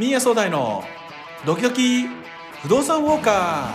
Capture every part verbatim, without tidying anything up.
新谷総大のドキドキ不動産ウォーカ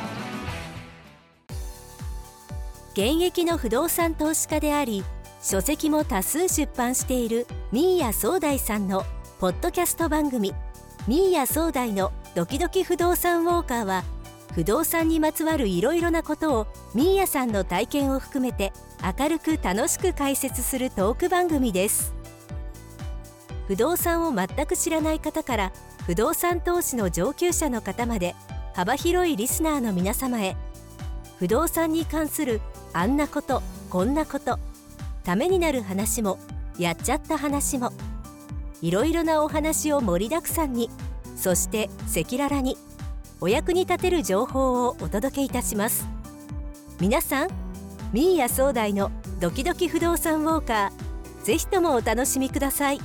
ー。現役の不動産投資家であり、書籍も多数出版している新谷総大さんのポッドキャスト番組、新谷総大のドキドキ不動産ウォーカーは、不動産にまつわるいろいろなことを新谷さんの体験を含めて明るく楽しく解説するトーク番組です。不動産を全く知らない方から不動産投資の上級者の方まで、幅広いリスナーの皆様へ、不動産に関するあんなことこんなこと、ためになる話もやっちゃった話も、いろいろなお話を盛りだくさんに、そして赤裸々にお役に立てる情報をお届けいたします。皆さん、新谷総大のドキドキ不動産ウォーカー、ぜひともお楽しみください。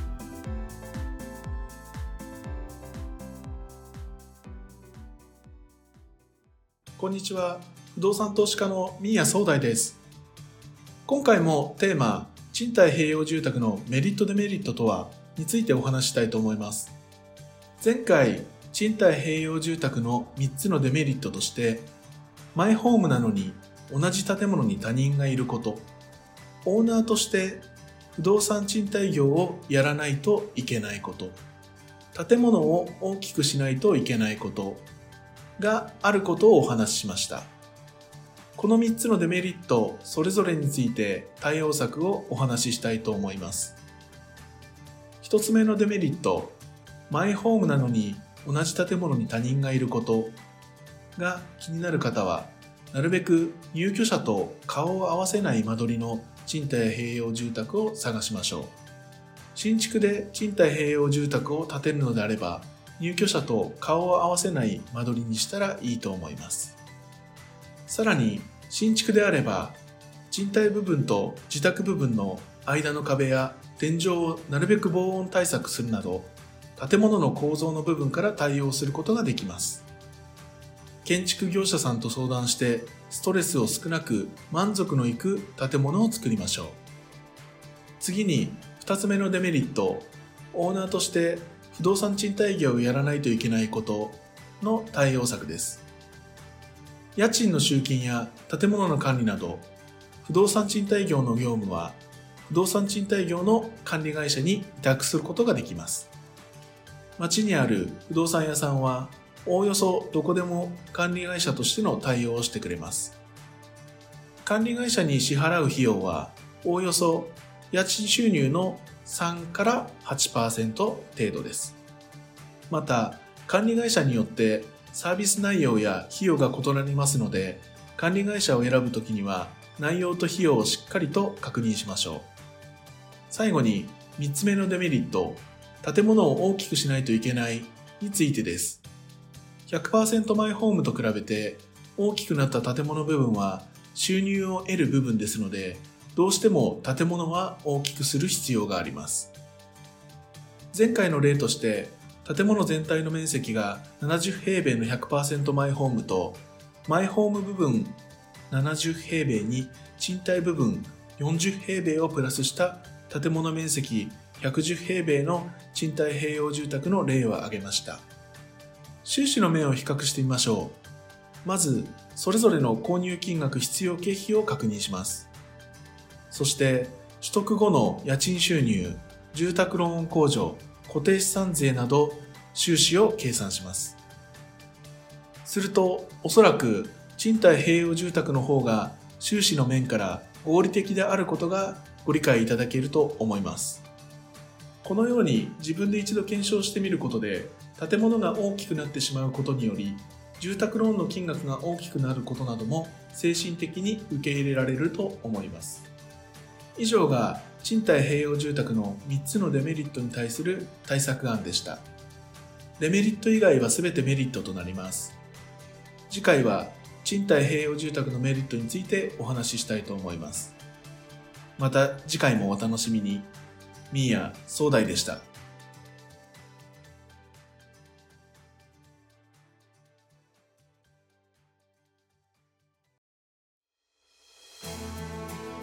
こんにちは。不動産投資家の新谷総大です。今回もテーマ、賃貸併用住宅のメリットデメリットとはについてお話ししたいと思います。前回、賃貸併用住宅のみっつのデメリットとして、マイホームなのに同じ建物に他人がいること、オーナーとして不動産賃貸業をやらないといけないこと、建物を大きくしないといけないことがあることをお話ししました。このみっつのデメリットそれぞれについて対応策をお話ししたいと思います。ひとつめのデメリット、マイホームなのに同じ建物に他人がいることが気になる方は、なるべく入居者と顔を合わせない間取りの賃貸併用住宅を探しましょう。新築で賃貸併用住宅を建てるのであれば、入居者と顔を合わせない間取りにしたらいいと思います。さらに、新築であれば、賃貸部分と自宅部分の間の壁や天井をなるべく防音対策するなど、建物の構造の部分から対応することができます。建築業者さんと相談してストレスを少なく満足のいく建物を作りましょう。次にふたつめのデメリット、オーナーとして不動産賃貸業をやらないといけないことの対応策です。家賃の集金や建物の管理など、不動産賃貸業の業務は不動産賃貸業の管理会社に委託することができます。町にある不動産屋さんはおおよそどこでも管理会社としての対応をしてくれます。管理会社に支払う費用はおおよそ家賃収入のさんからはちパーセント 程度です。また管理会社によってサービス内容や費用が異なりますので、管理会社を選ぶときには内容と費用をしっかりと確認しましょう。最後にみっつめのデメリット、建物を大きくしないといけないについてです。ひゃくパーセント マイホームと比べて大きくなった建物部分は収入を得る部分ですので、どうしても建物は大きくする必要があります。前回の例として、建物全体の面積がななじゅうへいべいの ひゃくパーセント マイホームと、マイホーム部分ななじゅうへいべいに賃貸部分よんじゅうへいべいをプラスした建物面積ひゃくじゅうへいべいの賃貸併用住宅の例を挙げました。収支の面を比較してみましょう。まず、それぞれの購入金額必要経費を確認します。そして、取得後の家賃収入、住宅ローン控除、固定資産税など収支を計算します。すると、おそらく賃貸併用住宅の方が収支の面から合理的であることがご理解いただけると思います。このように自分で一度検証してみることで、建物が大きくなってしまうことにより、住宅ローンの金額が大きくなることなども精神的に受け入れられると思います。以上が賃貸併用住宅のみっつのデメリットに対する対策案でした。デメリット以外は全てメリットとなります。次回は賃貸併用住宅のメリットについてお話ししたいと思います。また次回もお楽しみに。新谷総大でした。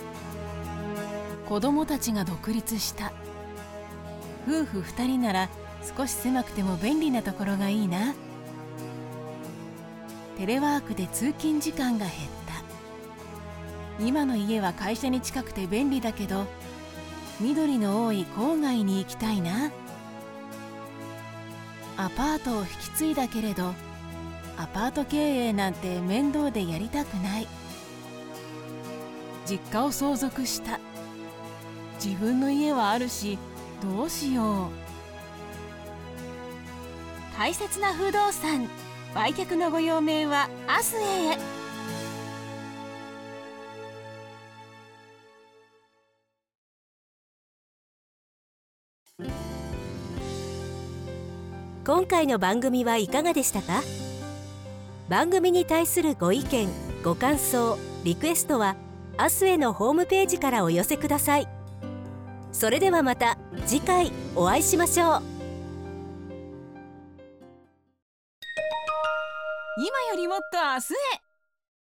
子供たちが独立した。夫婦二人なら少し狭くても便利なところがいいな。テレワークで通勤時間が減った。今の家は会社に近くて便利だけど、緑の多い郊外に行きたいな。アパートを引き継いだけれど、アパート経営なんて面倒でやりたくない。実家を相続した。自分の家はあるし、どうしよう。大切な不動産、売却のご用命は明日へ。 今回の番組はいかがでしたか？番組に対するご意見、ご感想、リクエストはアスエのホームページからお寄せください。それではまた次回お会いしましょう。 今よりもっと明日へ。